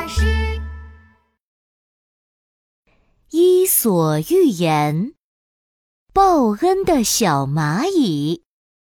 老师。 伊索寓言：报恩的小蚂蚁。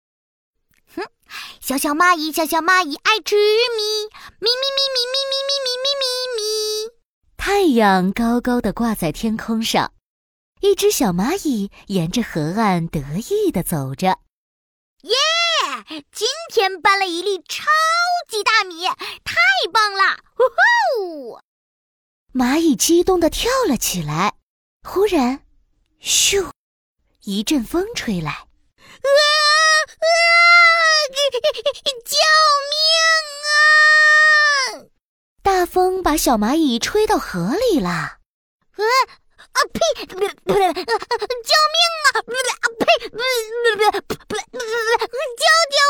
小小蚂蚁，小小蚂蚁爱吃米，咪咪咪咪咪咪咪咪咪咪咪。 太阳高高地挂在天空上，一只小蚂蚁沿着河岸得意地走着。 耶！今天搬了一粒超级大米，太棒了！呼呼！ 蚂蚁激动地跳了起来。忽然，咻！一阵风吹来。 救命啊！ 大风把小蚂蚁吹到河里了。 呸！救命啊！呸！救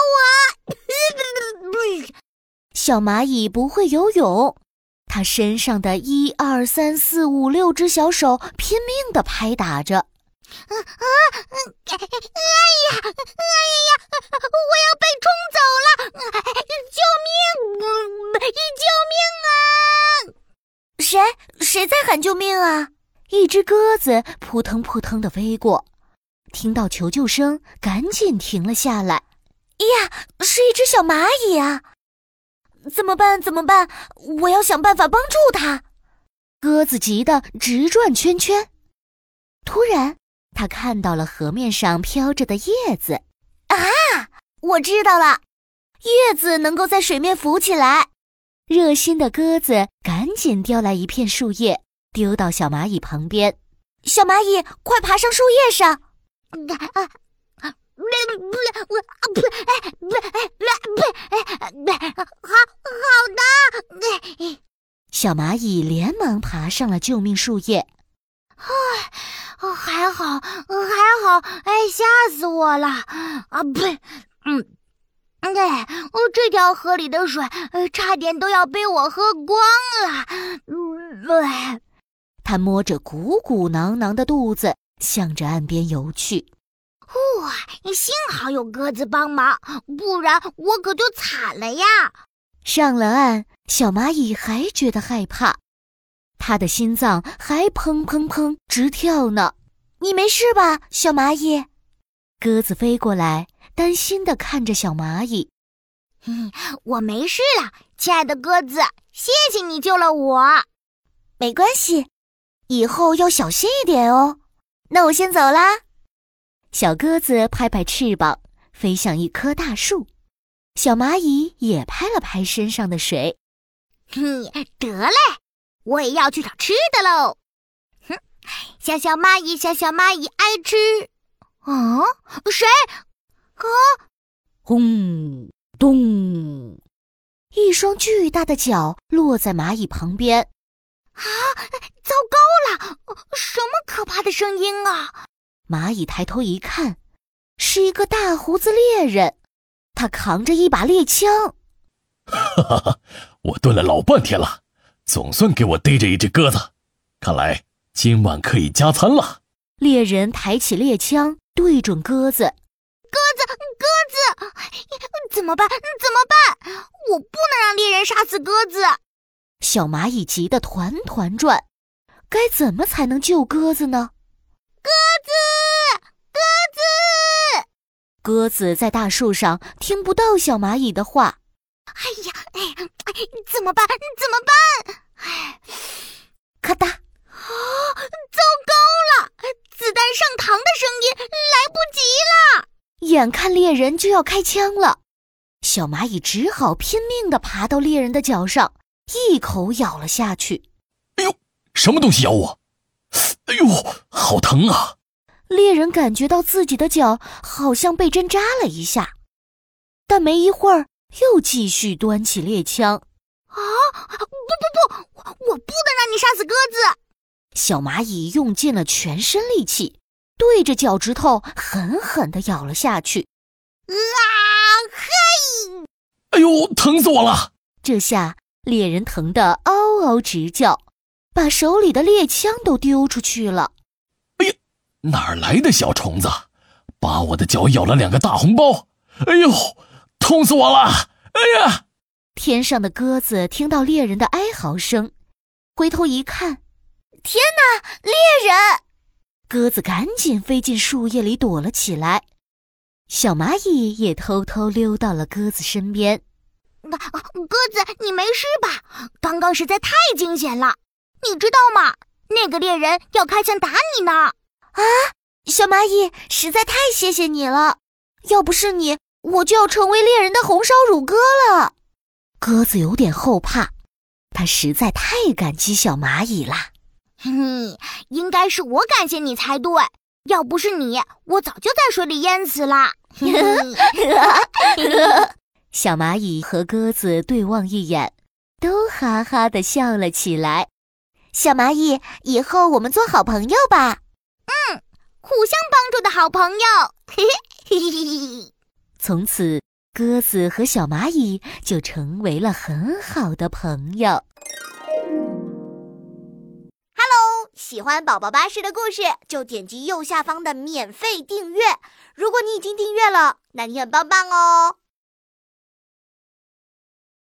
我！ 小蚂蚁不会游泳，它身上的1、2、3、4、5、6只小手拼命地拍打着。 哎呀！我要被冲走了！救命！救命啊！ 谁在喊救命啊？一只鸽子扑腾扑腾地飞过，听到求救声，赶紧停了下来。呀，是一只小蚂蚁啊！怎么办？我要想办法帮助它。鸽子急得直转圈圈。突然，它看到了河面上飘着的叶子。啊，我知道了，叶子能够在水面浮起来。热心的鸽子赶紧叼来一片树叶，丢到小蚂蚁旁边。小蚂蚁，快爬上树叶上！ 好的。 小蚂蚁连忙爬上了救命树叶。 还好，吓死我了！这条河里的水差点都要被我喝光了。 他摸着鼓鼓囊囊的肚子，向着岸边游去。 幸好有鸽子帮忙，不然我可就惨了呀！ 上了岸，小蚂蚁还觉得害怕，它的心脏还砰砰砰直跳呢。你没事吧，小蚂蚁？鸽子飞过来，担心地看着小蚂蚁。 我没事了，亲爱的鸽子，谢谢你救了我。 没关系，以后要小心一点哦。那我先走啦。小鸽子拍拍翅膀，飞向一棵大树。小蚂蚁也拍了拍身上的水。 得嘞，我也要去找吃的喽。小小蚂蚁，小小蚂蚁爱吃。谁？ 轰咚！一双巨大的脚落在蚂蚁旁边。 糟糕了！什么可怕的声音啊！ 蚂蚁抬头一看，是一个大胡子猎人，他扛着一把猎枪。 我蹲了老半天了，总算给我逮着一只鸽子，看来今晚可以加餐了。 猎人抬起猎枪，对准鸽子。鸽子！ 怎么办？我不能让猎人杀死鸽子！ 小蚂蚁急得团团转，该怎么才能救鸽子呢？ 鸽子！ 鸽子在大树上听不到小蚂蚁的话。 怎么办？ 咔嗒！ 糟糕了！子弹上膛的声音，来不及了！ 眼看猎人就要开枪了，小蚂蚁只好拼命地爬到猎人的脚上，一口咬了下去。 哎呦，什么东西咬我？哎呦，好疼啊！ 猎人感觉到自己的脚好像被针扎了一下，但没一会儿又继续端起猎枪。 不，我不能让你杀死鸽子！ 小蚂蚁用尽了全身力气，对着脚趾头狠狠地咬了下去。 哎呦，疼死我了！ 这下猎人疼得嗷嗷直叫，把手里的猎枪都丢出去了。 哎呀，哪儿来的小虫子，把我的脚咬了2个大红包！哎呦，痛死我了！哎呀！ 天上的鸽子听到猎人的哀嚎声，回头一看， 天哪，猎人！ 鸽子赶紧飞进树叶里躲了起来。小蚂蚁也偷偷溜到了鸽子身边。 鸽子，你没事吧？刚刚实在太惊险了，你知道吗？那个猎人要开枪打你呢！ 啊，小蚂蚁，实在太谢谢你了，要不是你，我就要成为猎人的红烧乳鸽了。鸽子有点后怕，它实在太感激小蚂蚁啦。 应该是我感谢你才对，要不是你，我早就在水里淹死了。 小蚂蚁和鸽子对望一眼，都哈哈地笑了起来。小蚂蚁，以后我们做好朋友吧。 互相帮助的好朋友。 从此，鸽子和小蚂蚁就成为了很好的朋友。 喜欢宝宝巴士的故事，就点击右下方的免费订阅。如果你已经订阅了，那你很棒棒哦。